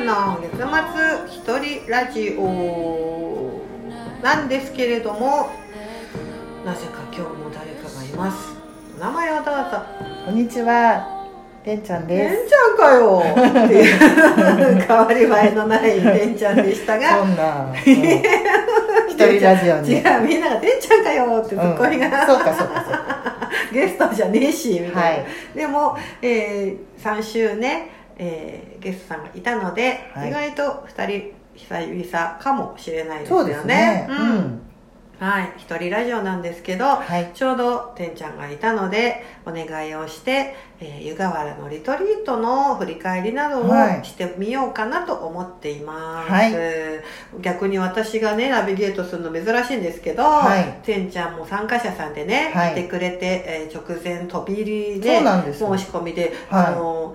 の月末一人ラジオなんですけれども、なぜか今日も誰かがいます。お名前をどうぞ。 こんにちは、てんちゃんです。 てんちゃんかよっていう変わり映えのないてんちゃんでしたがそんな、一人ラジオに違う、みんながてんちゃんかよってツッコミが、 そうかゲストじゃねえしみたいな、 はい、 でも、3週ね、ゲストさんがいたので、 はい、 意外と2人久々かもしれないですよね。 そうですね、 はい、一人ラジオなんですけど、 はい、 ちょうどてんちゃんがいたのでお願いをして、湯河原のリトリートの振り返りなどをしてみようかなと思っています、はい、逆に私がねナビゲートするの珍しいんですけど、はい、てんちゃんも参加者さんでね、はい、来てくれて、直前飛び入りで申し込みで、はい、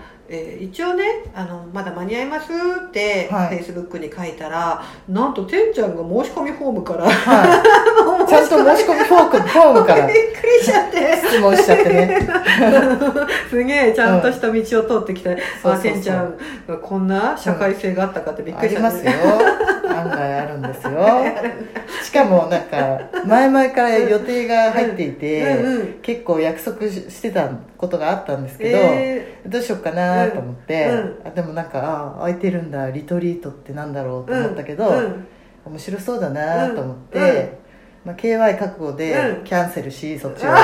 一応ねまだ間に合いますって、はい、Facebook に書いたら、なんとてんちゃんが申し込みフォームから、 はい、ちゃんと申し込みフォームからびっくりしちゃって質問しちゃってねすげえちゃんとした道を通ってきて、てんちゃんがこんな社会性があったかってびっくりしちゃって、 ありますよ案外あるんですよしかもなんか前々から予定が入っていて、結構約束してたことがあったんですけど、どうしようかなと思って、でもなんか空いてるんだ、リトリートってなんだろうと思ったけど、面白そうだなと思って、KY 覚悟でキャンセルし、そっちは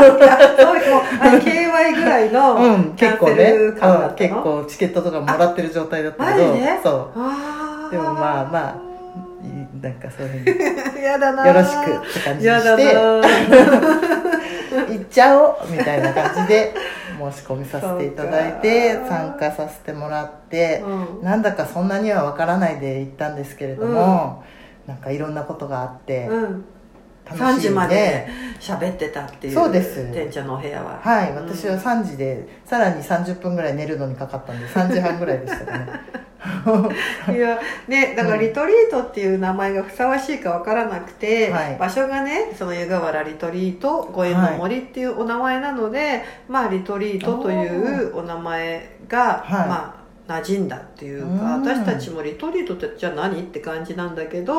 KY ぐらいのキャンセル感だったの？ 結構チケットとかもらってる状態だったけど、そうでもなんかそういうふうにやだな、 よろしくって感じにして行っちゃおうみたいな感じで申し込みさせていただいて参加させてもらって、なんだかそんなには分からないで行ったんですけれども、なんかいろんなことがあって、 3時まで喋ってたっていう。 そうです、 てんちゃんのお部屋は。 はい、私は3時でさらに30分ぐらい寝るのにかかったんで3時半ぐらいでしたねいやね、だからリトリートっていう名前がふさわしいかわからなくて、場所がねその湯河原リトリート御縁の森っていうお名前なので、リトリートというお名前が、馴染んだっていうか、私たちもリトリートってじゃあ何って感じなんだけど、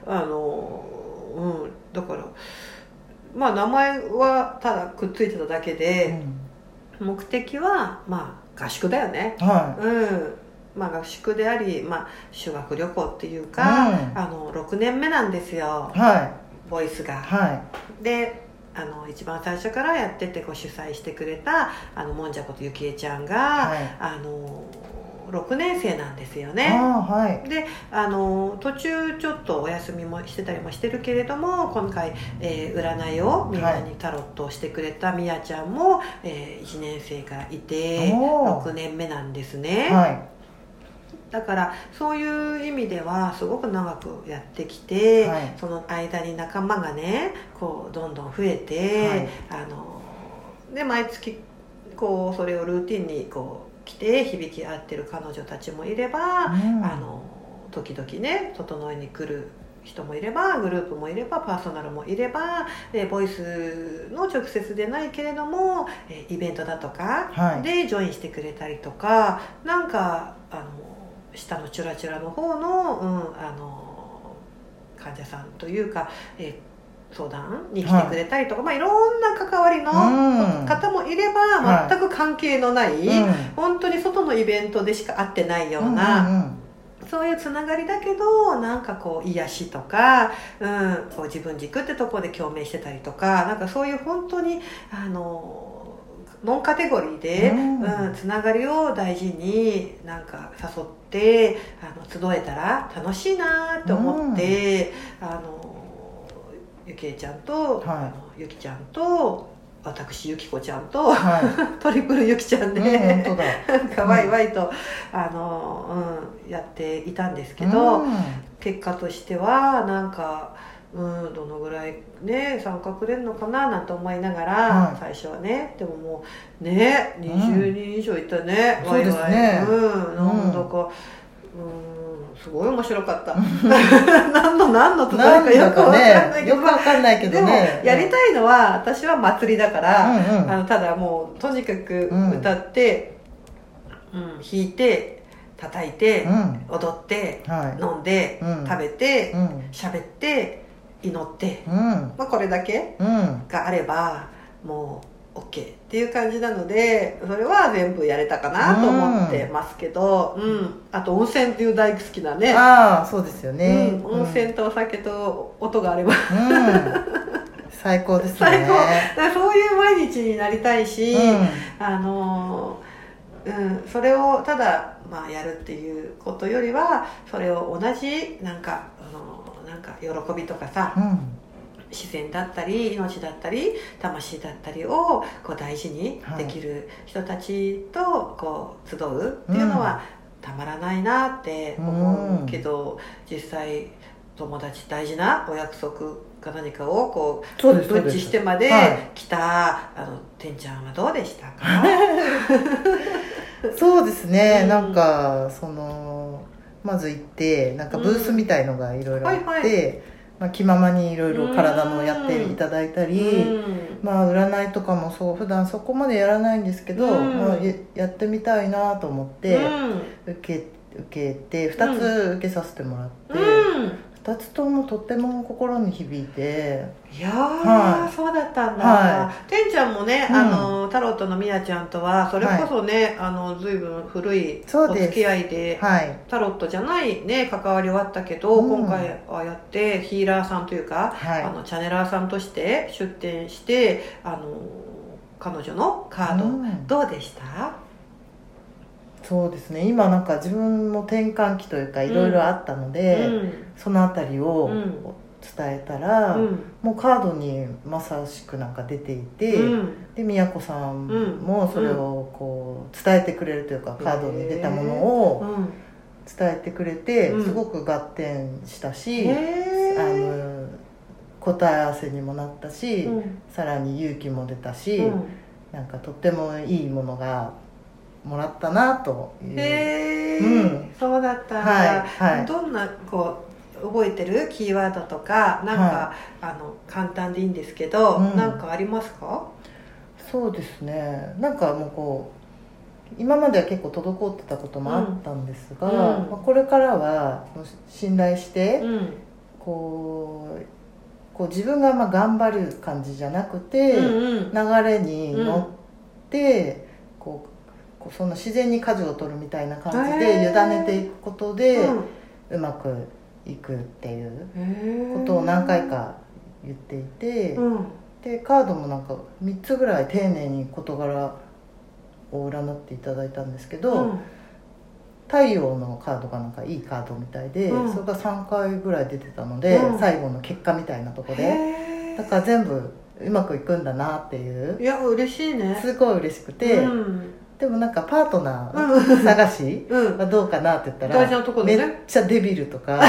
だから名前はただくっついてただけで、目的は合宿だよね。合宿であり、修学旅行っていうか、6年目なんですよ、ボイスが。で一番最初からやってて主催してくれたもんじゃことゆきえちゃんが、6年生なんですよね。で途中ちょっとお休みもしてたりもしてるけれども、今回、占いをみんなにタロットをしてくれたみやちゃんも、1年生がいて6年目なんですね。だからそういう意味ではすごく長くやってきて、その間に仲間がねこうどんどん増えて、で毎月こうそれをルーティンにこう来て響き合ってる彼女たちもいれば、時々ね整えに来る人もいれば、グループもいれば、パーソナルもいれば、ボイスの直接でないけれどもイベントだとかでジョインしてくれたりとか、なんか下のチュラチュラの方の、患者さんというか、相談に来てくれたりとか、いろんな関わりの方もいれば、全く関係のない、本当に外のイベントでしか会ってないような、そういうつながりだけど、なんかこう癒しとか、こう自分軸ってとこで共鳴してたりとか、なんかそういう本当にノンカテゴリーで、つながりを大事になんか誘って集えたら楽しいなって思って、ゆきえちゃんと、ゆきちゃんと私ゆきこちゃんと、トリプルゆきちゃんで、かわいわいとやっていたんですけど、結果としてはなんかどのぐらいね参加くれるのかななんて思いながら、最初はね、でももうね20人以上いたね、 そうですね、 なんだかすごい面白かった何のとかよくわかんないけど、でもやりたいのは私は祭りだから、ただもうとにかく歌って、弾いて叩いて、踊って、飲んで、食べて、喋って、祈って、これだけがあればもう OK っていう感じなので、それは全部やれたかなと思ってますけど、あと温泉っていう大好きなね。 そうですよね、 温泉とお酒と音があれば、 最高ですね。 最高。だからそういう毎日になりたいし、それをただやるっていうことよりは、それを同じなんか喜びとかさ、自然だったり命だったり魂だったりをこう大事にできる人たちとこう集うっていうのはたまらないなって思うけど、実際友達大事なお約束か何かをこうブッチしてまで来たてんちゃんはどうでしたか？ そうですね、なんかまず行ってなんかブースみたいのがいろいろあって、気ままにいろいろ体のやっていただいたり、占いとかも普段そこまでやらないんですけど、やってみたいなと思って受けて2つ受けさせてもらって、2つともとっても心に響いて。 いやー、そうだったんだ。てんちゃんもね、タロットのみやちゃんとはそれこそね、随分古いお付き合いで、タロットじゃないね関わりはあったけど、今回ああやってヒーラーさんというか、チャネラーさんとして出展して、彼女のカード、どうでした？ そうですね、今なんか自分も転換期というかいろいろあったので、そのあたりを伝えたら、もうカードにまさしくなんか出ていて、で宮子さんもそれをこう伝えてくれるというか、カードに出たものを伝えてくれて、すごく合点したし、答え合わせにもなったし、さらに勇気も出たし、なんかとってもいいものがもらったなという。 そうだったんだ。どんなこう覚えてるキーワードとかなんか、簡単でいいんですけど、なんかありますか？ そうですね、なんかもうこう今までは結構滞ってたこともあったんですが、これからは信頼して、こう自分が頑張る感じじゃなくて、流れに乗って、その自然に舵を取るみたいな感じで委ねていくことで、うまくいくっていうことを何回か言っていて、でカードもなんか3つぐらい丁寧に事柄を占っていただいたんですけど、太陽のカードがなんかいいカードみたいで、それが3回ぐらい出てたので、最後の結果みたいなとこで、だから全部うまくいくんだなっていう。 いや嬉しいね。 すごい嬉しくて、でもなんかパートナー探しはどうかなって言ったら、めっちゃデビルとか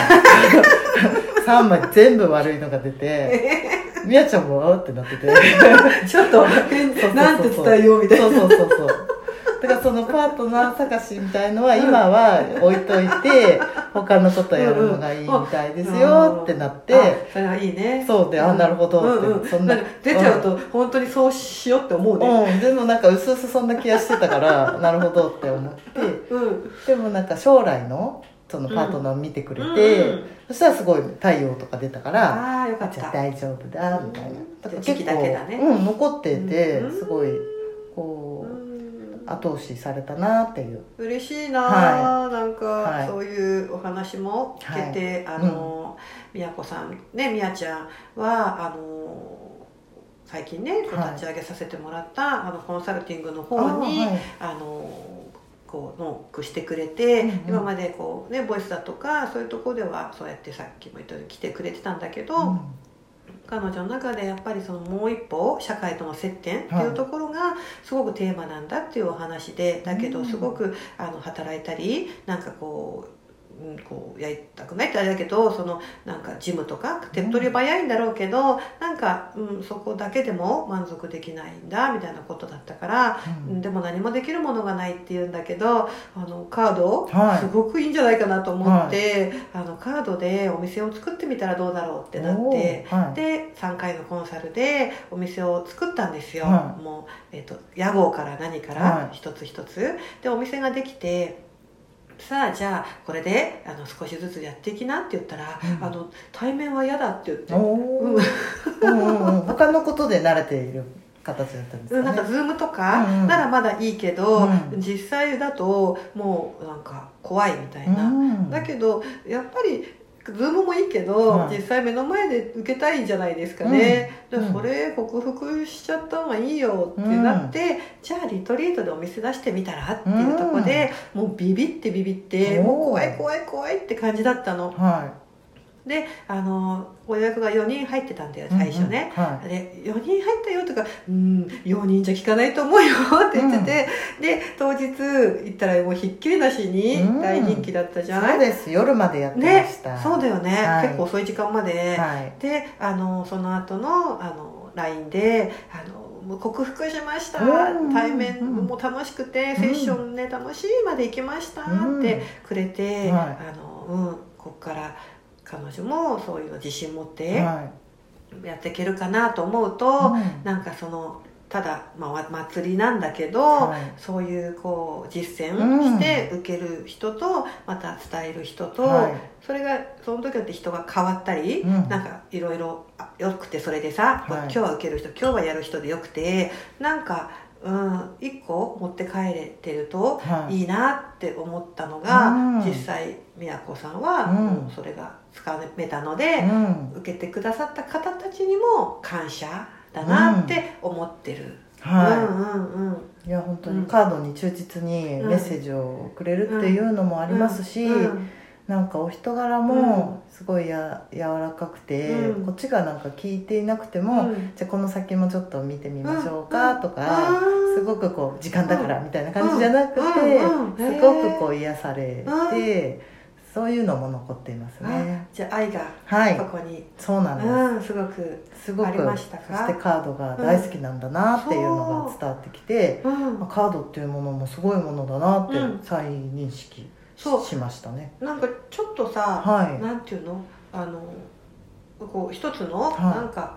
3枚全部悪いのが出て、みやちゃんもってなっててちょっとなんて伝えようみたいな。 だからそのパートナー探しみたいのは今は置いといて、他のことやるのがいいみたいですよってなって、 それはいいね。 そうで、なるほどって、 そんな出ちゃうと本当にそうしようって思うね。 でもなんかうすうすそんな気がしてたからなるほどって思って、でもなんか将来のそのパートナーを見てくれて、そしたらすごい太陽とか出たから、じゃあ大丈夫だみたいな。だから結構残ってて、すごいこう後押しされたなっていう。 嬉しいな、なんかそういうお話も聞けて、みやこさんね、みやちゃんは最近ね立ち上げさせてもらったコンサルティングの方にこうノックしてくれて、今までこうねボイスだとかそういうところではそうやってさっきも言ったように来てくれてたんだけど、彼女の中でやっぱりそのもう一歩社会との接点っていうところがすごくテーマなんだっていうお話で、だけどすごく働いたりなんかこうやりたくないってあれだけど、そのなんかジムとか手っ取り早いんだろうけど、なんか、そこだけでも満足できないんだみたいなことだったから、でも何もできるものがないっていうんだけど、カード、すごくいいんじゃないかなと思って、カードでお店を作ってみたらどうだろうってなって、で3回のコンサルでお店を作ったんですよ。もう、屋号から何から一つ一つでお店ができて、 さあじゃあこれで少しずつやっていきなって言ったら、対面は嫌だって言って、 他のことで慣れている形だったんですかね。 なんかズームとかならまだいいけど、実際だともうなんか怖いみたいな、だけどやっぱりズームもいいけど、実際目の前で受けたいんじゃないですかね、それ克服しちゃった方がいいよってなって、じゃあリトリートでお店出してみたらっていうところで、もうビビってもう怖いって感じだったの。でご予約が4人入ってたんだよ最初ね、で4人入ったよとか4人じゃ効かないと思うよって言ってて、で当日行ったらもうひっきりなしに大人気だったじゃない、 そうです、夜までやってました、 そうだよね、結構遅い時間まで、でその後のLINE で克服しました、対面も楽しくて、セッションね楽しいまで行きましたってくれて、こっから彼女もそういうの自信持ってやっていけるかなと思うと、なんかただ、祭りなんだけど、そういう実践して受ける人とまた伝える人と、それがその時だって人が変わったり、なんかいろいろよくて、それでさ、今日は受ける人今日はやる人でよくて、なんか1個持って帰れてるといいなって思ったのが、実際宮子さんはもうそれがつかめたので、受けてくださった方たちにも感謝だなって思ってる。 いや本当にカードに忠実にメッセージをくれるっていうのもありますし、なんかお人柄もすごい柔らかくて、こっちがなんか聞いていなくても、じゃあこの先もちょっと見てみましょうかとか、すごく時間だからみたいな感じじゃなくて、すごく癒されて、そういうのも残っていますね。 じゃあ愛がここに、 そうなんです、 すごくありましたか。 そしてカードが大好きなんだなっていうのが伝わってきて、カードっていうものもすごいものだなって再認識しましたね。 なんかちょっとさ、なんていうの、一つのなんか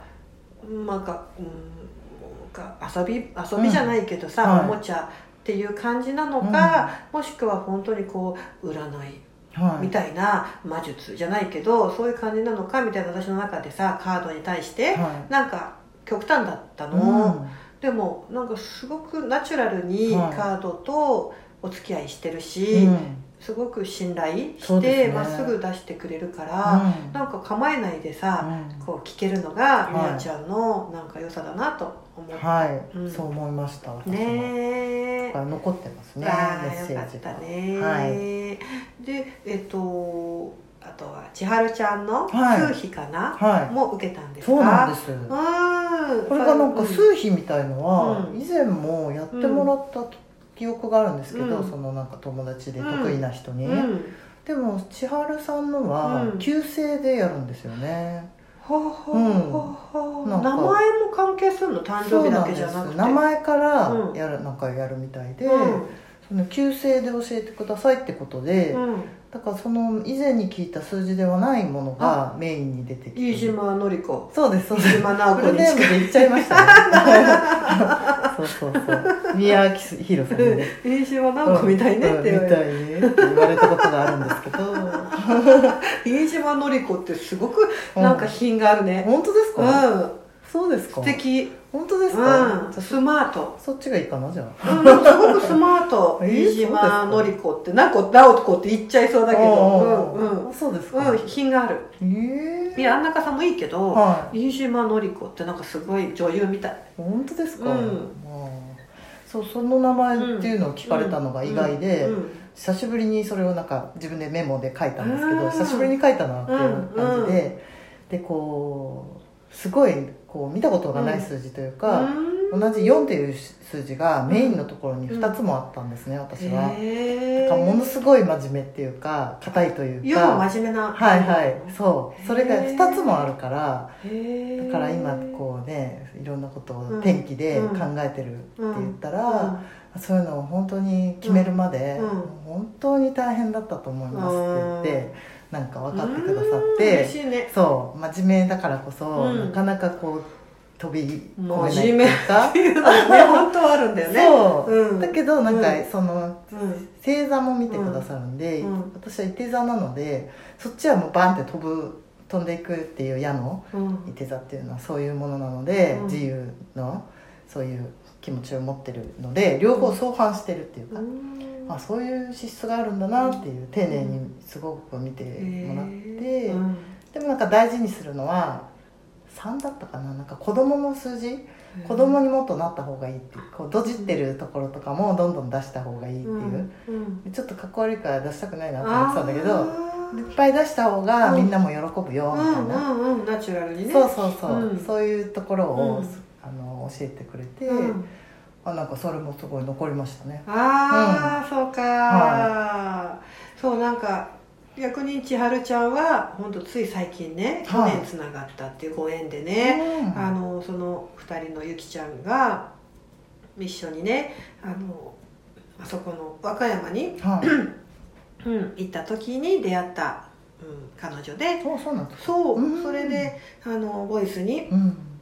遊びじゃないけどさ、おもちゃっていう感じなのか、もしくは本当に占いみたいな魔術じゃないけど、そういう感じなのかみたいな、私の中でさカードに対してなんか極端だったの、でもなんかすごくナチュラルにカードとお付き合いしてるし、すごく信頼してまっすぐ出してくれるから、なんか構えないでさ、聞けるのがみやちゃんのなんか良さだなと思って、 そう思いました。私も残ってますね、メッセージが。 であとは千春ちゃんの数秘かな、も受けたんですか。 そうなんです。これがなんか数秘みたいのは以前もやってもらった記憶があるんですけど、そのなんか友達で得意な人に、でも千春さんのは旧姓でやるんですよね。 名前も関係するの？誕生日だけじゃなくて名前からなんかやるみたいで、その旧姓で教えてくださいってことで、だからその以前に聞いた数字ではないものがメインに出てきて、 飯島のり子、 そうですそうです、 飯島直子にフルネームで言っちゃいましたねそう宮明宏さんにね飯島直子みたいねって言われたことがあるんですけど飯島のり子ってすごくなんか品があるね。 本当ですか？そうですか。 素敵。 本当ですか？ スマート。 そっちがいいかな、じゃあ。 すごくスマート。飯島のり子って直子って言っちゃいそうだけど、 そうですか。 品がある。いや、安中さんもいいけど、飯島のり子ってなんかすごい女優みたい。 本当ですか？そう、その名前っていうのを聞かれたのが意外で、久しぶりにそれをなんか自分でメモで書いたんですけど、久しぶりに書いたなっていう感じで、ですごい見たことがない数字というか、同じ4っていう数字がメインのところに2つもあったんですね、私は。だからものすごい真面目っていうか硬いというか、 真面目な、 そうそれが2つもあるから、だから今いろんなことを天気で考えてるって言ったら、そういうのを本当に決めるまで本当に大変だったと思いますって言って、なんか分かってくださって、 嬉しいね。 そう真面目だからこそ、なかなか飛び込めないっていうか、 真面目っていうのはね本当はあるんだよね。 そうそう、だけどなんかその星座も見てくださるんで、私は射手座なので、そっちはもうバンって飛んでいくっていう矢の射手座っていうのはそういうものなので、自由のそういう気持ちを持ってるので、両方相反してるっていうか、そういう資質があるんだなっていう、丁寧にすごく見てもらって、でもなんか大事にするのは3だったかな、なんか子供の数字、子供にもっとなった方がいいっていう、こうドジってるところとかもどんどん出した方がいいっていう、ちょっとかっこ悪いから出したくないなと思ってたんだけど、いっぱい出した方がみんなも喜ぶよみたいな、 ナチュラルにね、 そういうところを、教えてくれて、なんかそれもすごい残りましたね。 そうか、そう、なんか逆に千春ちゃんは本当つい最近ね、去年つながったっていうご縁でね、その2人のゆきちゃんが一緒にね、あそこの和歌山に、行った時に出会った、彼女で、それでボイスに、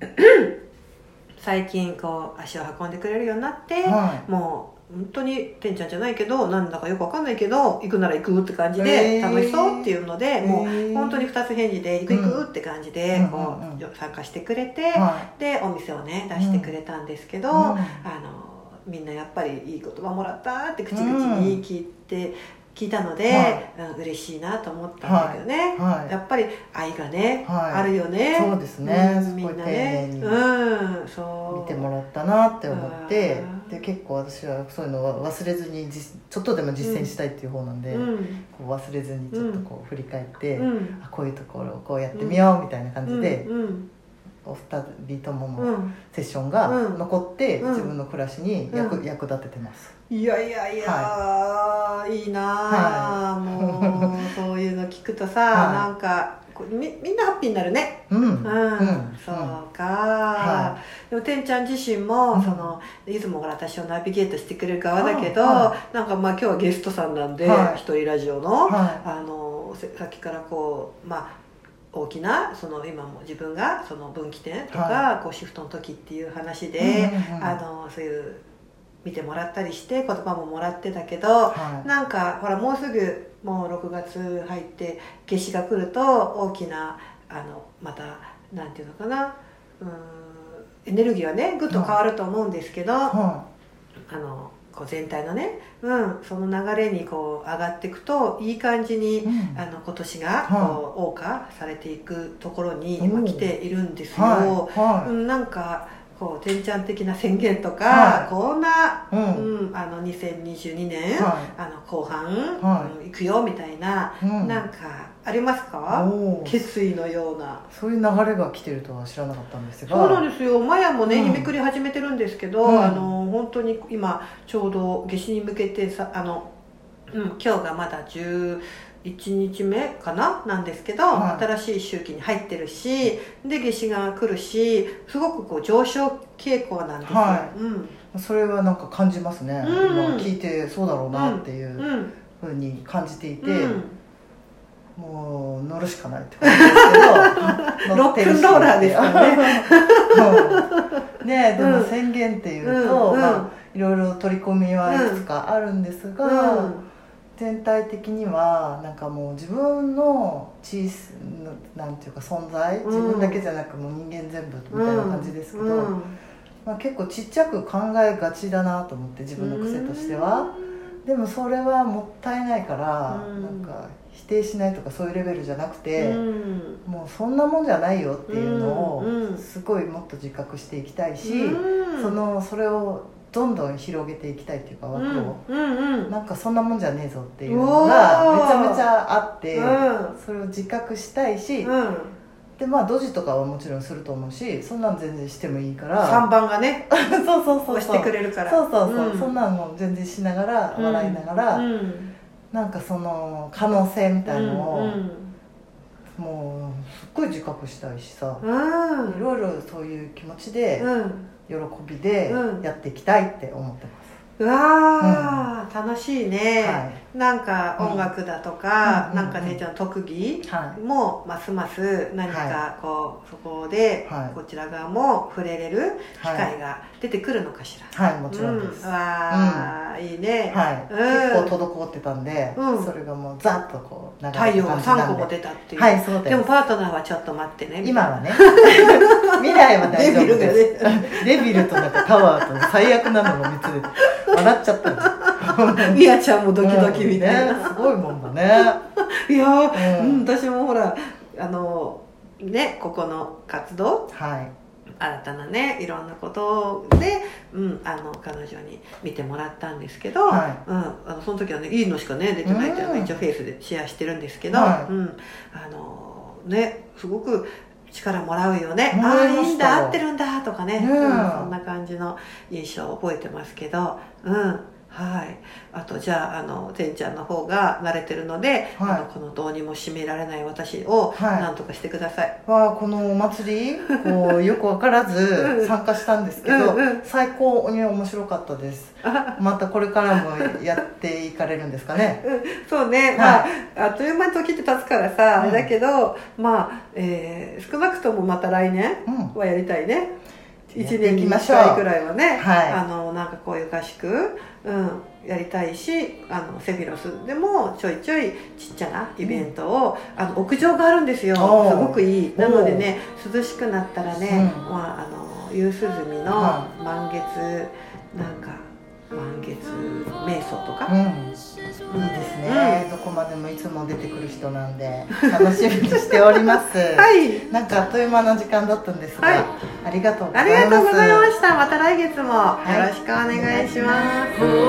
最近こう足を運んでくれるようになって、もう本当にてんちゃんじゃないけど、なんだかよくわかんないけど行くなら行くって感じで、楽しそうっていうので、もう本当に2つ返事で行くって感じでこう参加してくれて、でお店をね出してくれたんですけど、みんなやっぱりいい言葉もらったって口々に聞いたので、嬉しいなと思ったんだけどね、やっぱり愛がね、あるよね。 そうですね、 みんなね、 見てもらったなって思って、で結構私はそういうのは忘れずにちょっとでも実践したいっていう方なんで、こう忘れずにちょっとこう振り返って、こういうところをこうやってみようみたいな感じで、お二人とものセッションが残って、自分の暮らしに役立ててます。 いや、いいな、もうそういうの聞くとさ、なんかみんなハッピーになるね。そうか。でもてんちゃん自身もいつも私をナビゲートしてくれる側だけど、なんかまあ今日はゲストさんなんで、一人ラジオのさっきからこう大きな今も自分が分岐点とか、こうシフトの時っていう話で、そういう見てもらったりして言葉ももらってたけど、なんかほらもうすぐもう6月入って夏至が来ると大きなまたなんていうのかな、エネルギーはねぐっと変わると思うんですけど、こう全体のね、その流れにこう上がっていくといい感じに、今年がこう謳歌されていくところに今来ているんですよ。なんかこうてんちゃん的な宣言とか、こんな、2022年、後半、行くよみたいな、なんかありますか？決意のような。 そういう流れが来てるとは知らなかったんですが。 そうなんですよ。マヤもね、日めくり始めてるんですけど、本当に今ちょうど夏至に向けてさ、今日がまだ11日目かななんですけど、新しい周期に入ってるし、で夏至が来るし、すごくこう上昇傾向なんですよ。 それはなんか感じますね。今聞いてそうだろうなっていうふうに感じていて、もう乗るしかないって感じですけど、 ロックンローラーですからね。でも宣言っていうと、いろいろ取り込みはいくつかあるんですが、全体的にはなんかもう自分のなんていうか存在、自分だけじゃなくもう人間全部みたいな感じですけど、結構ちっちゃく考えがちだなと思って、自分の癖としては。でもそれはもったいないから、なんか否定しないとかそういうレベルじゃなくて、もうそんなもんじゃないよっていうのをすごいもっと自覚していきたいし、それをどんどん広げていきたいっていうか、枠を、なんかそんなもんじゃねえぞっていうのがめちゃめちゃあって、それを自覚したいし、でドジとかはもちろんすると思うし、そんなん全然してもいいから、 3番がねそう押してくれるから、 そんなんも全然しながら、笑いながら、なんかその可能性みたいのを、もうすっごい自覚したいしさ、いろいろそういう気持ちで、喜びでやっていきたいって思ってます。 うわー、楽しいね、なんか音楽だとか、なんか姉ちゃんの特技もますます何かこうそこでこちら側も触れれる機会が出てくるのかしら。 はい、もちろんです。 わー、いいね。 結構滞ってたんで、それがもうザッとこう太陽が3個も出たっていう。 はい、そうです。 でもパートナーはちょっと待ってね。 今はね。未来は大丈夫です。デビルとなんかタワーと最悪なのの3つで笑っちゃったんです。 みやちゃんもドキドキみたいな、 すごいもんだね。 いや私もほらね、ここの活動、新たなねいろんなことで、彼女に見てもらったんですけど、その時はねいいのしかね出てないっていうのが一応フェイスでシェアしてるんですけど、ね、すごく力もらうよね。ああいいんだ、合ってるんだとかね、そんな感じの印象を覚えてますけど、はい。あとじゃあてんちゃんの方が慣れてるので、このどうにも締められない私を何とかしてください。 このお祭りこうよく分からず参加したんですけど、最高に面白かったです。またこれからもやっていかれるんですかね。 そうね、あっという間に時って経つからさ、あれだけど、少なくともまた来年はやりたいね。1年に1回くらいはね、なんかこういう合宿、やりたいし、セフィロスでもちょいちょいちっちゃなイベントを、屋上があるんですよ。すごくいい。なのでね、涼しくなったらね、夕涼みの満月瞑想とか、 いいですね、どこまでもいつも出てくる人なんで楽しみにしております。なんかあっという間の時間だったんですが、ありがとうございます。 ありがとうございました。また来月もよろしくお願いします。